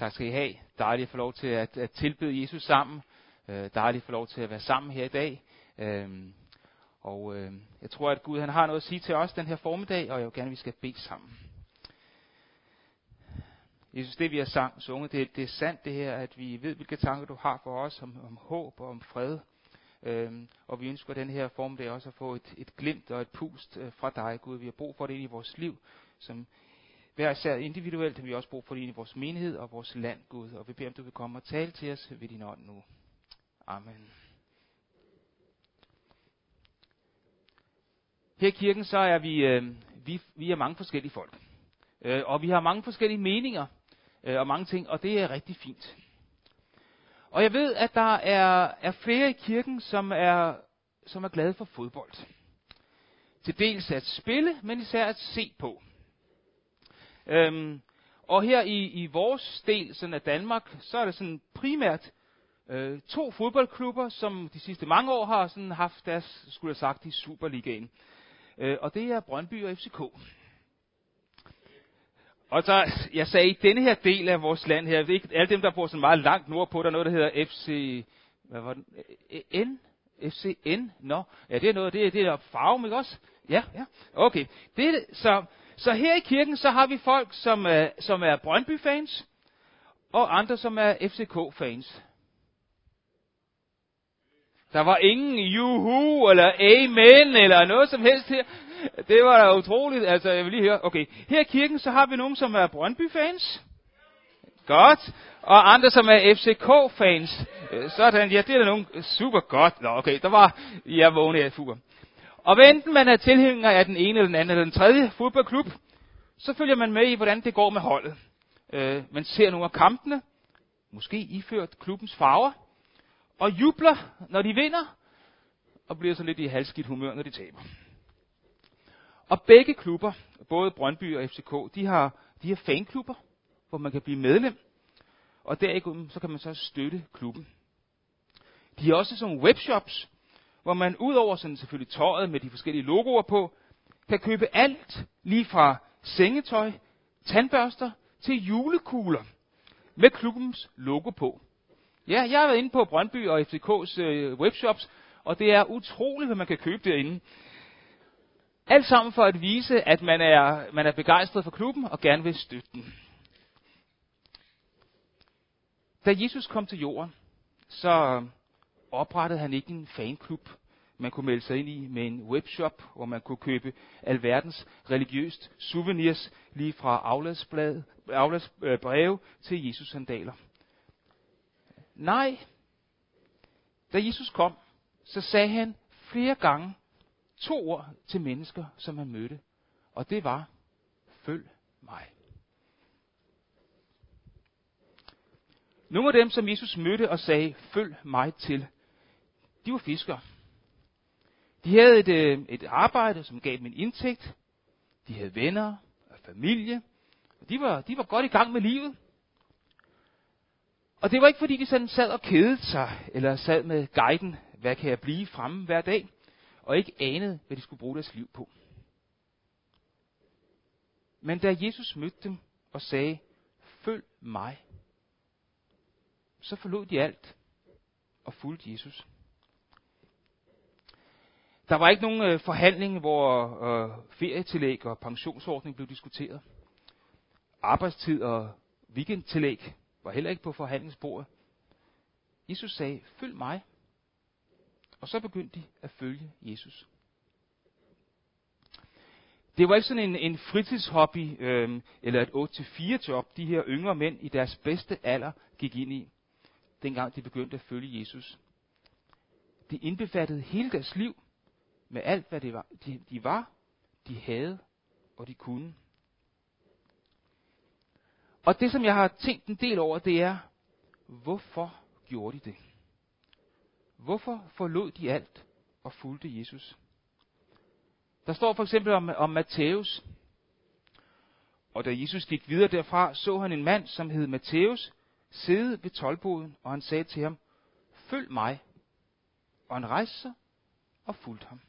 Tak skal I have. Dejligt at få lov til at tilbede Jesus sammen. Dejligt at få lov til at være sammen her i dag. Jeg tror, at Gud han har noget at sige til os den her formiddag, og jeg vil gerne, at vi skal bede sammen. Jesus, det vi har sunget, det er sandt det her, at vi ved, hvilke tanker du har for os om håb og om fred. Og vi ønsker den her formiddag også at få et glimt og et pust fra dig, Gud. Vi har brug for det i vores liv, som hver især individuelt, har vi også brug for det i vores menighed og vores land, Gud. Og vi beder, om du vil komme og tale til os ved din ånd nu. Amen. Her i kirken, så er vi er mange forskellige folk. Og vi har mange forskellige meninger og mange ting, og det er rigtig fint. Og jeg ved, at der er flere i kirken, som er glade for fodbold. Til dels at spille, men især at se på. Og her i vores del sådan af Danmark, så er det sådan primært 2 fodboldklubber, som de sidste mange år har sådan haft deres, skulle jeg sagt, i Superligaen. Og det er Brøndby og FCK. Og så, jeg sagde, i denne her del af vores land her, ikke alle dem, der bor sådan meget langt nordpå, der er noget, der hedder FCN? Nå, ja, det er noget, det er Farum, ikke også? Ja, okay. Så her i kirken, så har vi folk, som er Brøndby-fans, og andre, som er FCK-fans. Der var ingen juhu, eller amen, eller noget som helst her. Det var da utroligt, altså jeg vil lige høre. Okay, her i kirken, så har vi nogen, som er Brøndby-fans. Godt. Og andre, som er FCK-fans. Sådan, ja, det er da nogen super godt. Nå, okay, der var jeg vågne af fuger. Og hvad enten man er tilhænger af den ene eller den anden eller den tredje fodboldklub, så følger man med i, hvordan det går med holdet. Man ser nogle af kampene, måske iført klubbens farver, og jubler, når de vinder, og bliver så lidt i halvskidt humør, når de taber. Og begge klubber, både Brøndby og FCK, de har fanklubber, hvor man kan blive medlem, og derigennem så kan man så støtte klubben. De har også sådan webshops, hvor man udover sådan selvfølgelig tøjet med de forskellige logoer på, kan købe alt, lige fra sengetøj, tandbørster til julekugler, med klubbens logo på. Ja, jeg har været inde på Brøndby og FCK's webshops, og det er utroligt, hvad man kan købe derinde. Alt sammen for at vise, at man er begejstret for klubben og gerne vil støtte den. Da Jesus kom til jorden, så oprettede han ikke en fanklub, man kunne melde sig ind i med en webshop, hvor man kunne købe alverdens religiøst souvenirs, lige fra afladsbreve til Jesus sandaler. Nej, da Jesus kom, så sagde han flere gange 2 ord til mennesker, som han mødte. Og det var, følg mig. Nogle af dem, som Jesus mødte og sagde, følg mig til, de var fiskere. De havde et arbejde, som gav dem en indtægt. De havde venner og familie. De var godt i gang med livet. Og det var ikke fordi, de sådan sad og kedede sig, eller sad med guiden, hvad kan jeg blive fremme hver dag, og ikke anede, hvad de skulle bruge deres liv på. Men da Jesus mødte dem og sagde, følg mig, så forlod de alt og fulgte Jesus. Der var ikke nogen forhandling, hvor ferietillæg og pensionsordning blev diskuteret. Arbejdstid og weekendtillæg var heller ikke på forhandlingsbordet. Jesus sagde, følg mig. Og så begyndte de at følge Jesus. Det var ikke sådan en fritidshobby eller et 8-4 job, de her yngre mænd i deres bedste alder gik ind i, dengang de begyndte at følge Jesus. Det indbefattede hele deres liv med alt, hvad de var, de havde og de kunne. Og det, som jeg har tænkt en del over, det er, hvorfor gjorde de det? Hvorfor forlod de alt og fulgte Jesus? Der står for eksempel om Matthæus. Og da Jesus gik videre derfra, så han en mand, som hed Matthæus, sidde ved toldboden, og han sagde til ham, følg mig. Og han rejste sig og fulgte ham.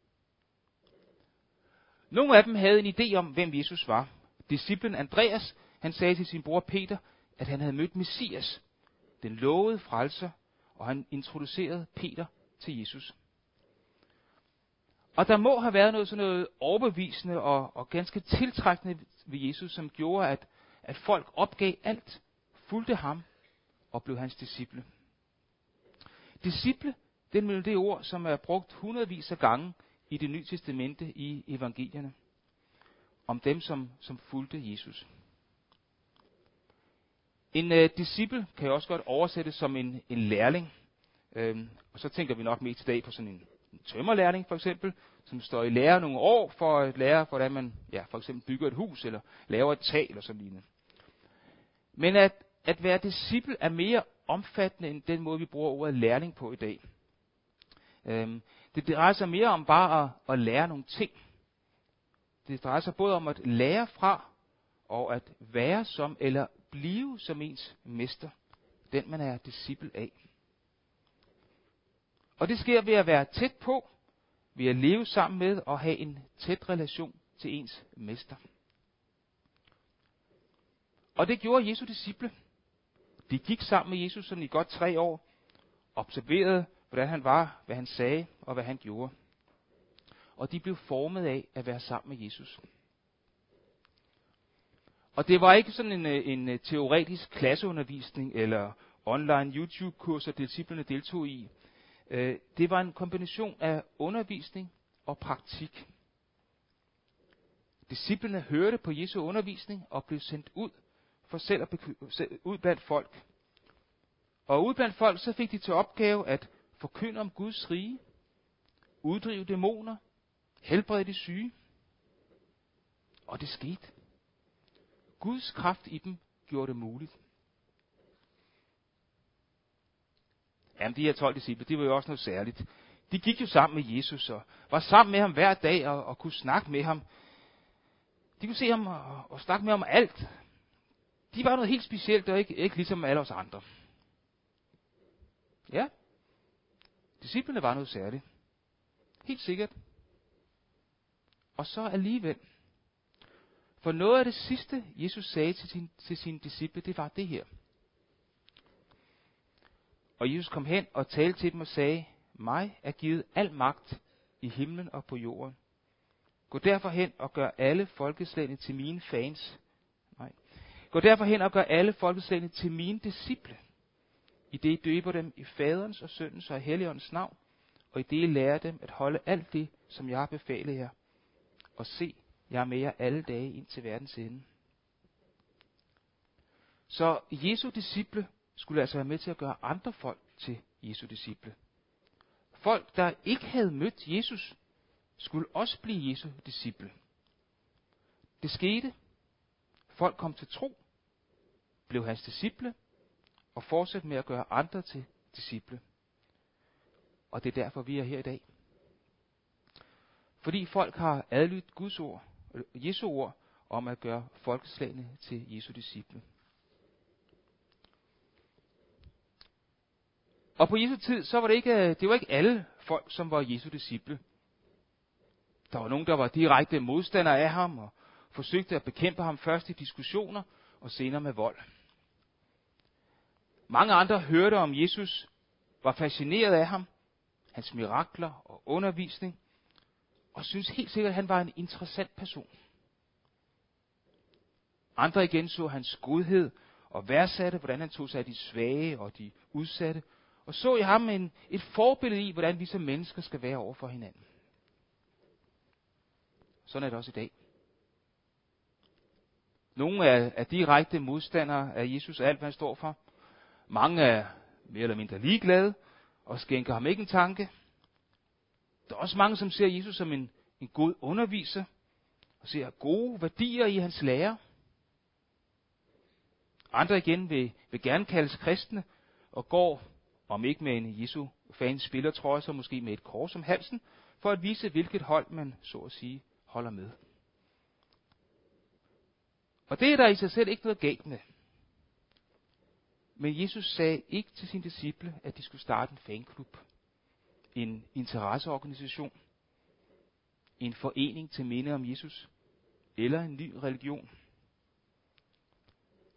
Nogle af dem havde en idé om, hvem Jesus var. Disciplen Andreas han sagde til sin bror Peter, at han havde mødt Messias, den lovede frelser, og han introducerede Peter til Jesus. Og der må have været noget overbevisende og ganske tiltrækkende ved Jesus, som gjorde, at folk opgav alt, fulgte ham og blev hans disciple. Disciple, det er det ord, som er brugt hundredvis af gange i Det Nye Testamente i evangelierne, om dem, som fulgte Jesus. En disciple kan jo også godt oversættes som en lærling. Og så tænker vi nok mest i dag på sådan en tømmerlærling for eksempel, som står i lære nogle år for at lære, hvordan man for eksempel bygger et hus, eller laver et tag, eller sådan lignende. Men at være disciple er mere omfattende end den måde, vi bruger ordet lærling på i dag. Det drejer sig mere om bare at lære nogle ting. Det drejer sig både om at lære fra, og at være som, eller blive som ens mester, den man er disciple af. Og det sker ved at være tæt på, ved at leve sammen med og have en tæt relation til ens mester. Og det gjorde Jesu disciple. De gik sammen med Jesus sådan i godt 3 år, observerede, hvordan han var, hvad han sagde og hvad han gjorde. Og de blev formet af at være sammen med Jesus. Og det var ikke sådan en teoretisk klasseundervisning eller online YouTube-kurser, disciplene deltog i. Det var en kombination af undervisning og praktik. Disciplene hørte på Jesu undervisning og blev sendt ud for selv at ud blandt folk. Og ud blandt folk, så fik de til opgave at forkynde om Guds rige, uddrive dæmoner, helbrede de syge. Og det skete. Guds kraft i dem gjorde det muligt. Jamen, de her 12 disciple, de var jo også noget særligt. De gik jo sammen med Jesus og var sammen med ham hver dag og kunne snakke med ham. De kunne se ham og snakke med ham om alt. De var noget helt specielt og ikke ligesom alle os andre. Ja, disciplene var noget særligt. Helt sikkert. Og så alligevel. For noget af det sidste, Jesus sagde til sine disciple, det var det her. Og Jesus kom hen og talte til dem og sagde, mig er givet al magt i himlen og på jorden. Gå derfor hen og gør alle folkeslagene til mine fans. Gå derfor hen og gør alle folkeslagene til mine disciple. I det I døber dem i faderens og søndens og helligåndens navn, og i det I lærer dem at holde alt det, som jeg har befalet jer. Og se, jeg er med jer alle dage ind til verdens ende. Så Jesu disciple skulle altså være med til at gøre andre folk til Jesu disciple. Folk, der ikke havde mødt Jesus, skulle også blive Jesu disciple. Det skete. Folk kom til tro, blev hans disciple, og fortsatte med at gøre andre til disciple. Og det er derfor, vi er her i dag. Fordi folk har adlydt Guds ord, Jesu ord, om at gøre folkeslagene til Jesu disciple. Og på Jesu tid, så var det var ikke alle folk, som var Jesu disciple. Der var nogen, der var direkte modstandere af ham, og forsøgte at bekæmpe ham først i diskussioner, og senere med vold. Mange andre hørte om Jesus, var fascineret af ham, hans mirakler og undervisning, og syntes helt sikkert, at han var en interessant person. Andre igen så hans godhed og værdsatte, hvordan han tog sig af de svage og de udsatte, og så i ham et forbillede i, hvordan vi som mennesker skal være over for hinanden. Sådan er det også i dag. Nogle er direkte modstandere af Jesus og alt, hvad han står for. Mange er mere eller mindre ligeglade og skænker ham ikke en tanke. Der er også mange, som ser Jesus som en god underviser og ser gode værdier i hans lære. Andre igen vil gerne kaldes kristne og går, om ikke med en Jesu fans spillertrøje, så måske med et kors om halsen, for at vise, hvilket hold man, så at sige, holder med. Og det er der i sig selv ikke noget galt med. Men Jesus sagde ikke til sine disciple, at de skulle starte en fanklub, en interesseorganisation, en forening til minde om Jesus, eller en ny religion.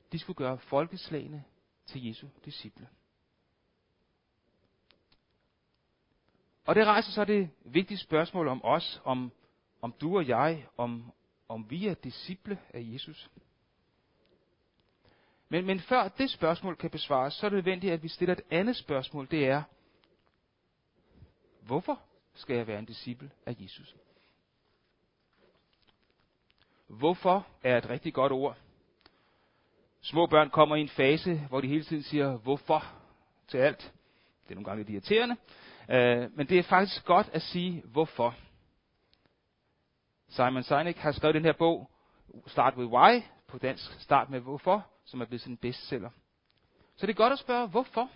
de skulle gøre folkeslagene til Jesu disciple. Og det rejser så det vigtige spørgsmål om os, om du og jeg, om vi er disciple af Jesus. Men før det spørgsmål kan besvares, så er det nødvendigt, at vi stiller et andet spørgsmål. Det er, hvorfor skal jeg være en disciple af Jesus? Hvorfor er et rigtig godt ord. Små børn kommer i en fase, hvor de hele tiden siger, hvorfor til alt. Det er nogle gange lidt irriterende. Men det er faktisk godt at sige, hvorfor. Simon Sinek har skrevet den her bog, Start with Why, på dansk Start med Hvorfor, som er blevet sådan en bestseller. Så det er godt at spørge, hvorfor?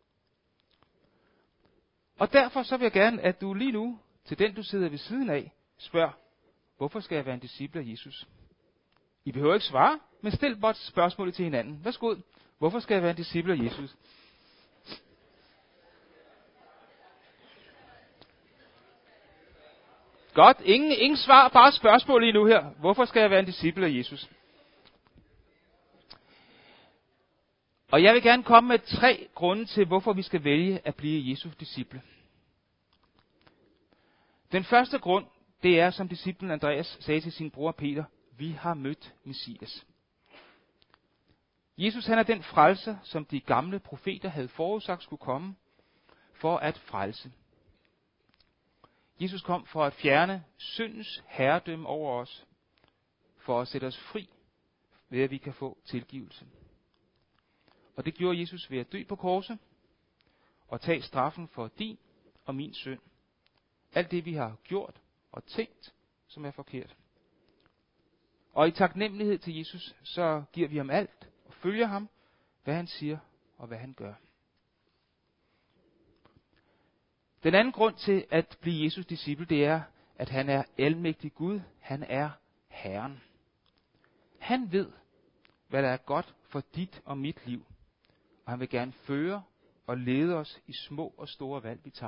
Og derfor så vil jeg gerne, at du lige nu, til den du sidder ved siden af, spørger, hvorfor skal jeg være en disciple af Jesus? I behøver ikke svare, men stil bare spørgsmålet til hinanden. Værsgo, hvorfor skal jeg være en disciple af Jesus? Godt, ingen svar, bare spørgsmål lige nu her. Hvorfor skal jeg være en disciple af Jesus? Og jeg vil gerne komme med 3 grunde til, hvorfor vi skal vælge at blive Jesu disciple. Den første grund, det er, som disciplen Andreas sagde til sin bror Peter, vi har mødt Messias. Jesus han er den frelser, som de gamle profeter havde forudsagt skulle komme for at frelse. Jesus kom for at fjerne syndens herredømme over os, for at sætte os fri, ved at vi kan få tilgivelse. Og det gjorde Jesus ved at dø på korset, og tage straffen for din og min synd. Alt det vi har gjort og tænkt, som er forkert. Og i taknemmelighed til Jesus, så giver vi ham alt, og følger ham, hvad han siger og hvad han gør. Den anden grund til at blive Jesus disciple, det er, at han er almægtig Gud. Han er Herren. Han ved, hvad der er godt for dit og mit liv. Og han vil gerne føre og lede os i små og store valg, vi tager.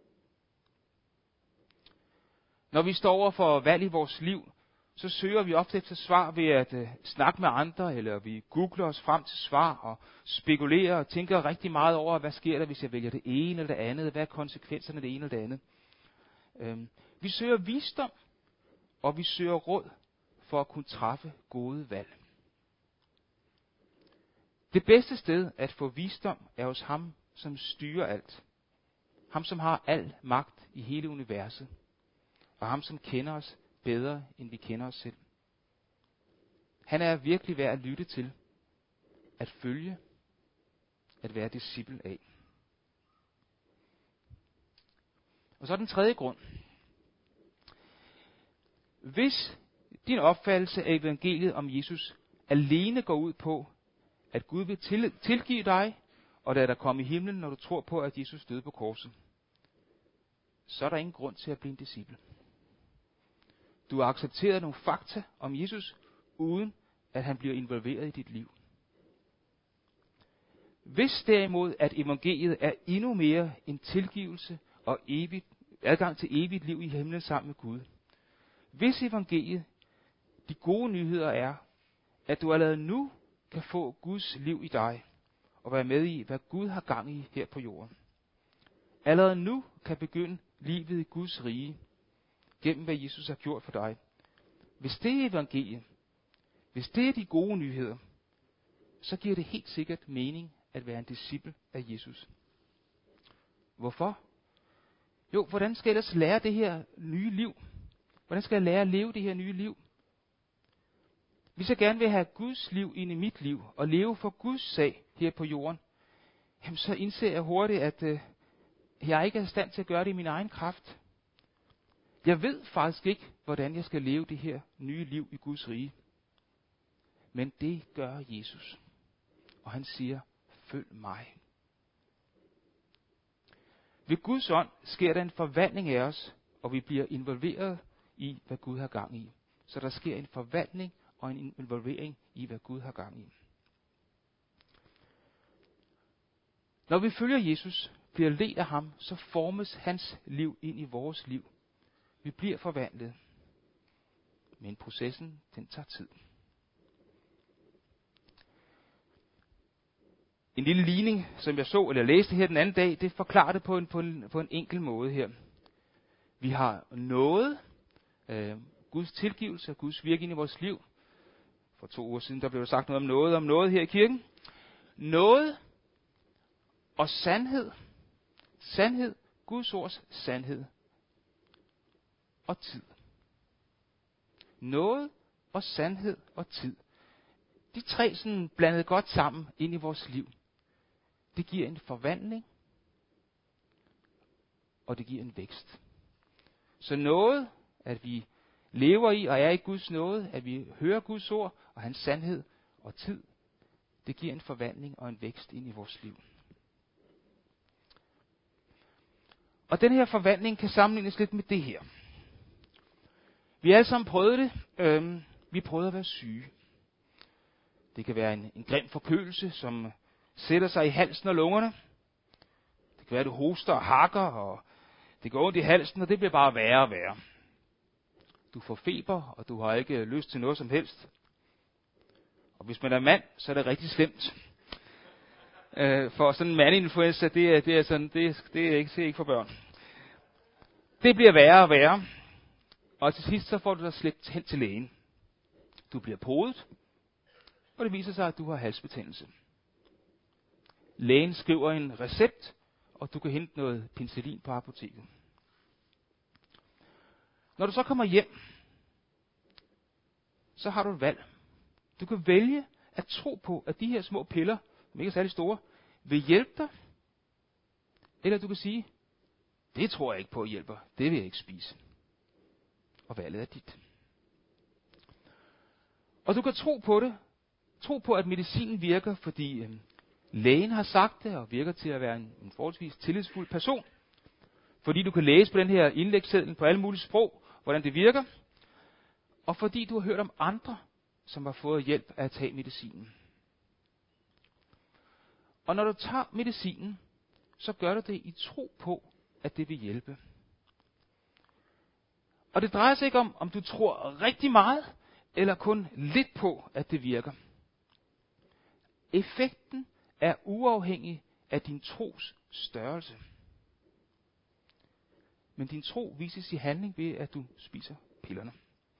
Når vi står over for valg i vores liv, så søger vi ofte efter svar ved at snakke med andre, eller vi googler os frem til svar og spekulerer og tænker rigtig meget over, hvad sker der, hvis jeg vælger det ene eller det andet, hvad er konsekvenserne af det ene eller det andet. Vi søger visdom, og vi søger råd for at kunne træffe gode valg. Det bedste sted at få visdom er hos ham, som styrer alt. Ham, som har al magt i hele universet. Og ham, som kender os bedre, end vi kender os selv. Han er virkelig værd at lytte til, at følge, at være disciple af. Og så den tredje grund. Hvis din opfattelse af evangeliet om Jesus alene går ud på, at Gud vil tilgive dig, og lade dig komme i himlen, når du tror på, at Jesus døde på korset, så er der ingen grund til at blive en disciple. Du har accepteret nogle fakta om Jesus, uden at han bliver involveret i dit liv. Hvis derimod, at evangeliet er endnu mere en tilgivelse og adgang til evigt liv i himlen sammen med Gud. Hvis evangeliet, de gode nyheder er, at du allerede nu kan få Guds liv i dig, og være med i, hvad Gud har gang i her på jorden. Allerede nu kan begynde livet i Guds rige, gennem hvad Jesus har gjort for dig. Hvis det er evangeliet, hvis det er de gode nyheder, så giver det helt sikkert mening at være en disciple af Jesus. Hvorfor? Jo, hvordan skal jeg ellers lære det her nye liv? Hvordan skal jeg lære at leve det her nye liv? Hvis jeg gerne vil have Guds liv ind i mit liv, og leve for Guds sag her på jorden, jamen så indser jeg hurtigt, at jeg ikke er i stand til at gøre det i min egen kraft. Jeg ved faktisk ikke, hvordan jeg skal leve det her nye liv i Guds rige. Men det gør Jesus. Og han siger, følg mig. Ved Guds ånd sker der en forvandling af os, og vi bliver involveret i, hvad Gud har gang i. Så der sker en forvandling og en involvering i, hvad Gud har gang i. Når vi følger Jesus, bliver ledt af ham, så formes hans liv ind i vores liv. Vi bliver forvandlet. Men processen, den tager tid. en lille ligning, som jeg så, eller læste her den anden dag, det forklarer det på en enkel måde her. Vi har noget, Guds tilgivelse og Guds virke ind i vores liv. For 2 uger siden, der blev der sagt noget om noget her i kirken. Noget og sandhed. Sandhed, Guds ords sandhed. Og tid. Noget og sandhed og tid. De 3 sådan blandet godt sammen ind i vores liv. Det giver en forvandling. Og det giver en vækst. Så noget, at vi lever i og er i Guds nåde, at vi hører Guds ord og hans sandhed og tid, det giver en forvandling og en vækst ind i vores liv. Og den her forvandling kan sammenlignes lidt med det her. Vi har alle sammen prøvet det. Vi prøvede at være syge. Det kan være en grim forkølelse, som sætter sig i halsen og lungerne. Det kan være, at du hoster og hakker, og det går ondt i halsen, og det bliver bare værre og værre. Du får feber, og du har ikke lyst til noget som helst. Og hvis man er mand, så er det rigtig slemt. For sådan en mandinfluenza, det er ikke for børn. Det bliver værre og værre. Og til sidst så får du dig slæbt hen til lægen. Du bliver podet, og det viser sig, at du har halsbetændelse. Lægen skriver en recept, og du kan hente noget penicillin på apoteket. Når du så kommer hjem, så har du et valg. Du kan vælge at tro på, at de her små piller, som ikke er særlig store, vil hjælpe dig. Eller du kan sige, det tror jeg ikke på at hjælper, det vil jeg ikke spise. Og valget er dit. Og du kan tro på det. Tro på, at medicinen virker, fordi lægen har sagt det, og virker til at være en forholdsvis tillidsfuld person. Fordi du kan læse på den her indlægsseddel på alle mulige sprog, hvordan det virker. Og fordi du har hørt om andre, som har fået hjælp af at tage medicinen. Og når du tager medicinen, så gør du det i tro på, at det vil hjælpe. Og det drejer sig ikke om du tror rigtig meget, eller kun lidt på, at det virker. Effekten er uafhængig af din tros størrelse. Men din tro vises i handling ved, at du spiser pillerne.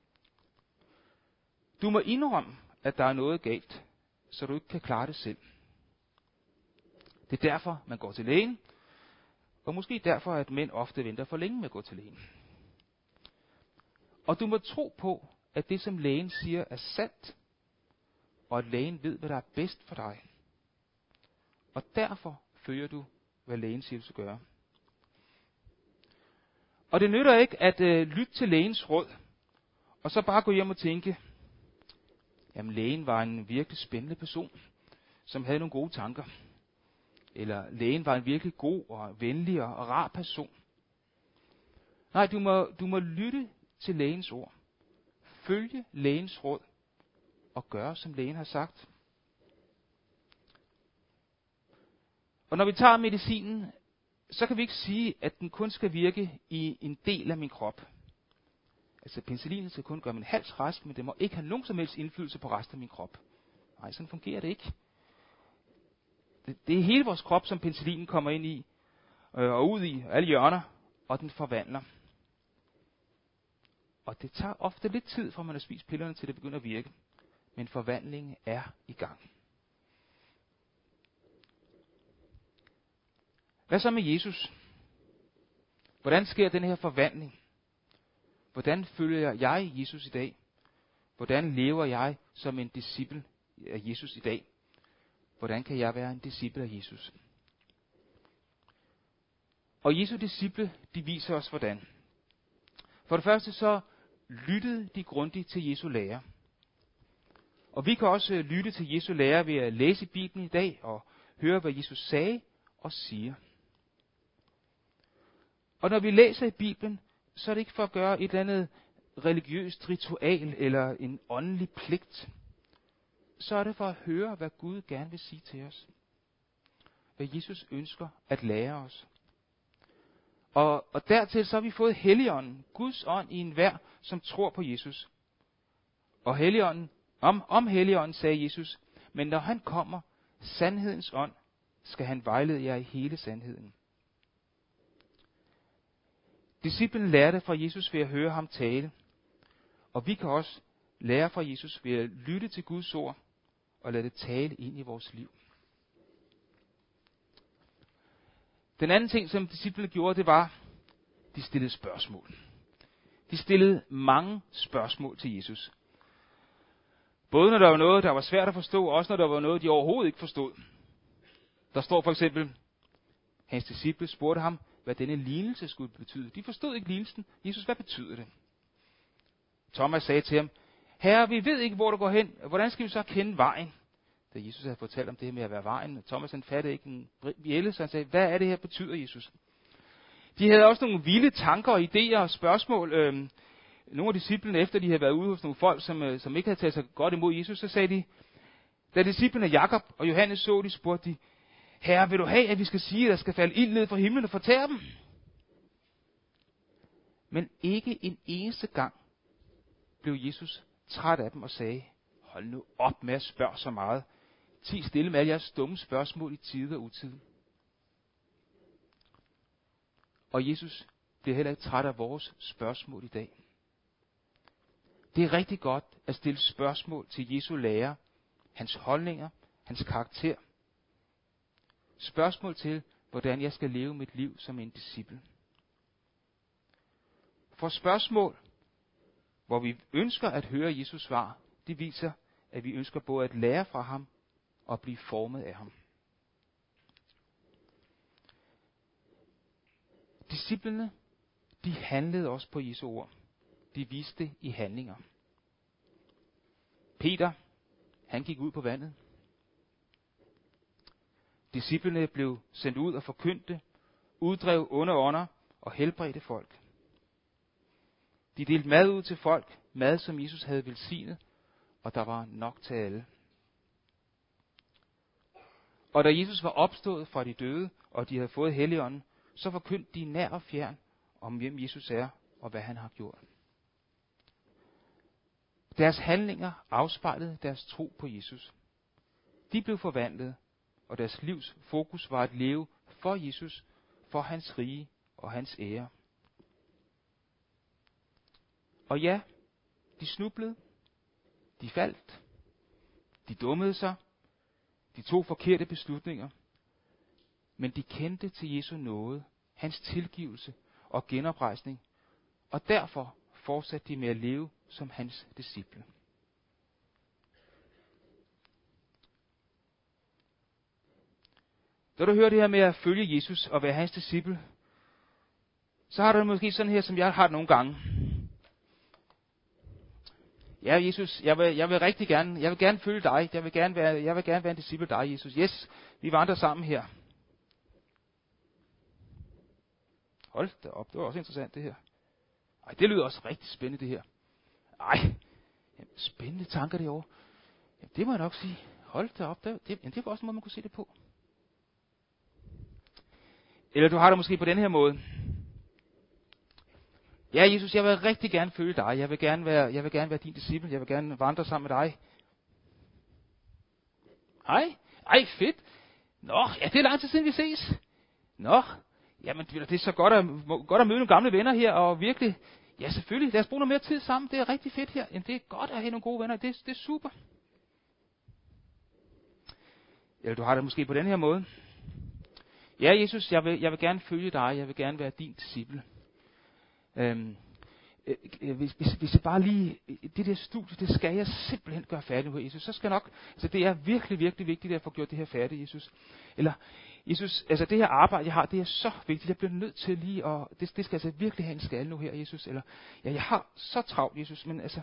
Du må indrømme, at der er noget galt, så du ikke kan klare det selv. Det er derfor, man går til lægen, og måske derfor, at mænd ofte venter for længe med at gå til lægen. Og du må tro på, at det, som lægen siger, er sandt, og at lægen ved, hvad der er bedst for dig. Og derfor følger du, hvad lægen siger, du skal gøre. Og det nytter ikke at lytte til lægens råd, og så bare gå hjem og tænke, jamen lægen var en virkelig spændende person, som havde nogle gode tanker. Eller lægen var en virkelig god og venlig og rar person. Nej, du må lytte til lægens ord. Følge lægens råd og gøre, som lægen har sagt. Og når vi tager medicinen, så kan vi ikke sige, at den kun skal virke i en del af min krop. Altså penicillinen skal kun gøre min hals rask, men det må ikke have nogen som helst indflydelse på resten af min krop. Nej, sådan fungerer det ikke. Det er hele vores krop, som penicillinen kommer ind i, og ud i, alle hjørner, og den forvandler. Og det tager ofte lidt tid, fra man har spist pillerne, til det begynder at virke. Men forvandlingen er i gang. Hvad så med Jesus? Hvordan sker den her forvandling? Hvordan følger jeg Jesus i dag? Hvordan lever jeg som en disciple af Jesus i dag? Hvordan kan jeg være en disciple af Jesus? Og Jesu disciple, de viser os hvordan. For det første så lyttede de grundigt til Jesu lære. Og vi kan også lytte til Jesu lære ved at læse Bibelen i dag og høre, hvad Jesus sagde og siger. Og når vi læser i Bibelen, så er det ikke for at gøre et eller andet religiøst ritual eller en åndelig pligt. Så er det for at høre, hvad Gud gerne vil sige til os. Hvad Jesus ønsker at lære os. Og dertil så har vi fået Helligånden, Guds ånd i enhver, som tror på Jesus. Og Helligånden, om Helligånden sagde Jesus, men når han kommer, sandhedens ånd, skal han vejlede jer i hele sandheden. Disciplen lærte fra Jesus ved at høre ham tale, og vi kan også lære fra Jesus ved at lytte til Guds ord og lade det tale ind i vores liv. Den anden ting, som disciplene gjorde, det var, de stillede spørgsmål. De stillede mange spørgsmål til Jesus. Både når der var noget, der var svært at forstå, og også når der var noget, de overhovedet ikke forstod. Der står for eksempel, hans disciple spurgte ham, hvad denne lignelse skulle betyde. De forstod ikke lignelsen. Jesus, hvad betyder det? Thomas sagde til ham, Herre, vi ved ikke, hvor du går hen. Hvordan skal vi så kende vejen? Da Jesus havde fortalt om det her med at være vejen, Thomas han fattede ikke en bjælle, så han sagde, hvad er det her betyder, Jesus? De havde også nogle vilde tanker og idéer og spørgsmål. Nogle af disciplene, efter de havde været ude hos nogle folk, som ikke havde taget sig godt imod Jesus, så sagde de, da disciplene Jakob og Johannes så, de spurgte de, Herre, vil du have, at vi skal sige, at der skal falde ild ned fra himlen og fortære dem? Men ikke en eneste gang blev Jesus træt af dem og sagde, hold nu op med at spørge så meget. Ti stille med alle jeres dumme spørgsmål i tide og utide. Og Jesus bliver heller ikke træt af vores spørgsmål i dag. Det er rigtig godt at stille spørgsmål til Jesu lære, hans holdninger, hans karakter. Spørgsmål til, hvordan jeg skal leve mit liv som en disciple. For spørgsmål, hvor vi ønsker at høre Jesus svar, det viser, at vi ønsker både at lære fra ham og blive formet af ham. Disciplene, de handlede også på Jesu ord. De viste det i handlinger. Peter, han gik ud på vandet. Disciplene blev sendt ud og forkyndte, uddrev onde ånder og helbredte folk. De delte mad ud til folk, mad som Jesus havde velsignet, og der var nok til alle. Og da Jesus var opstået fra de døde, og de havde fået Helligånden, så forkyndte de nær og fjern om, hvem Jesus er og hvad han har gjort. Deres handlinger afspejlede deres tro på Jesus. De blev forvandlet, og deres livs fokus var at leve for Jesus, for hans rige og hans ære. Og ja, de snublede, de faldt, de dummede sig, de tog forkerte beslutninger, men de kendte til Jesu nåde, hans tilgivelse og genoprejsning, og derfor fortsatte de med at leve som hans disciple. Da du hører det her med at følge Jesus og være hans disciple, så har du det måske sådan her, som jeg har det nogle gange. Ja, Jesus, jeg vil rigtig gerne, jeg vil gerne følge dig. Jeg vil gerne være en disciple af dig, Jesus. Yes, vi vandrer sammen her. Hold da op, det var også interessant det her. Ej, det lyder også rigtig spændende det her. Ej, spændende tanker derovre. Jamen, det må jeg nok sige. Hold da op, det var også en måde, man kunne se det på. Eller du har det måske på den her måde. Ja, Jesus, jeg vil rigtig gerne følge dig. Jeg vil gerne være din disciple. Jeg vil gerne vandre sammen med dig. Ej, fedt. Nå, ja, det er lang tid siden vi ses. Nå, jamen det er så godt at møde nogle gamle venner her, og virkelig, ja selvfølgelig, lad os bruge noget mere tid sammen. Det er rigtig fedt her. Jamen, det er godt at have nogle gode venner. Det er super. Eller du har det måske på den her måde. Ja, Jesus, jeg vil gerne følge dig. Jeg vil gerne være din disciple. Hvis jeg bare lige, det der studie, det skal jeg simpelthen gøre færdigt med, Jesus. Så skal nok, altså det er virkelig, virkelig vigtigt, at jeg får gjort det her færdigt, Jesus. Eller, Jesus, altså det her arbejde, jeg har, det er så vigtigt, jeg bliver nødt til lige, og det skal altså virkelig have en skal nu her, Jesus. Eller, ja, jeg har så travlt, Jesus, men altså,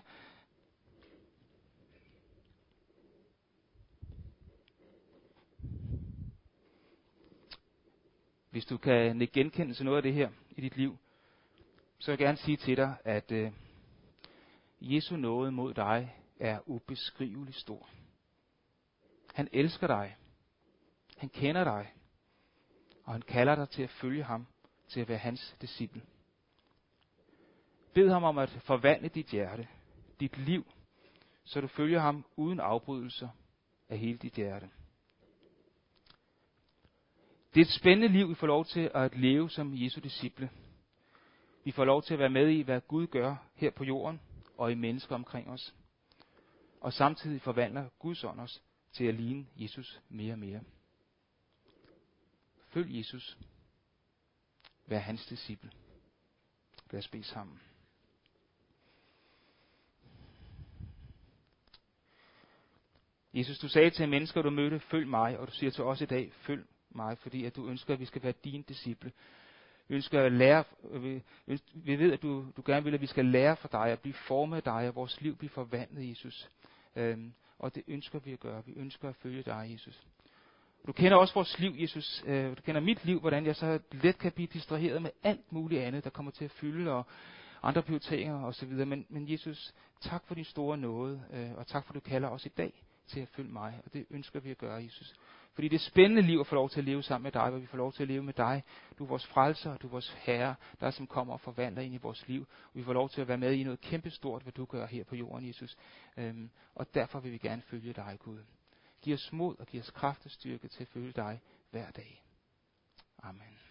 hvis du kan nikke genkendelse noget af det her i dit liv, så vil jeg gerne sige til dig, at Jesu nåde mod dig er ubeskriveligt stor. Han elsker dig. Han kender dig. Og han kalder dig til at følge ham, til at være hans disciple. Bed ham om at forvandle dit hjerte, dit liv, så du følger ham uden afbrydelser af hele dit hjerte. Det er et spændende liv, vi får lov til at leve som Jesu disciple. Vi får lov til at være med i, hvad Gud gør her på jorden og i mennesker omkring os. Og samtidig forvandler Guds ånd os til at ligne Jesus mere og mere. Følg Jesus. Vær hans disciple. Lad os bede sammen. Jesus, du sagde til mennesker, du mødte, følg mig, og du siger til os i dag, følg mig, fordi at du ønsker, at vi skal være dine disciple. Vi ønsker at lære, vi ved, at du gerne vil, at vi skal lære fra dig, at blive formet af dig, og vores liv blive forvandlet, Jesus. Og det ønsker vi at gøre. Vi ønsker at følge dig, Jesus. Du kender også vores liv, Jesus. Du kender mit liv, hvordan jeg så let kan blive distraheret med alt muligt andet, der kommer til at fylde, og andre prioriteringer osv. Men Jesus, tak for din store nåde, og tak for, at du kalder os i dag til at følge mig. Og det ønsker vi at gøre, Jesus. Fordi det er spændende liv at få lov til at leve sammen med dig, hvor vi får lov til at leve med dig. Du er vores frelser, og du er vores herre, der som kommer og forvandler ind i vores liv. Og vi får lov til at være med i noget kæmpestort, hvad du gør her på jorden, Jesus. Og derfor vil vi gerne følge dig, Gud. Giv os mod og giv os kraft og styrke til at følge dig hver dag. Amen.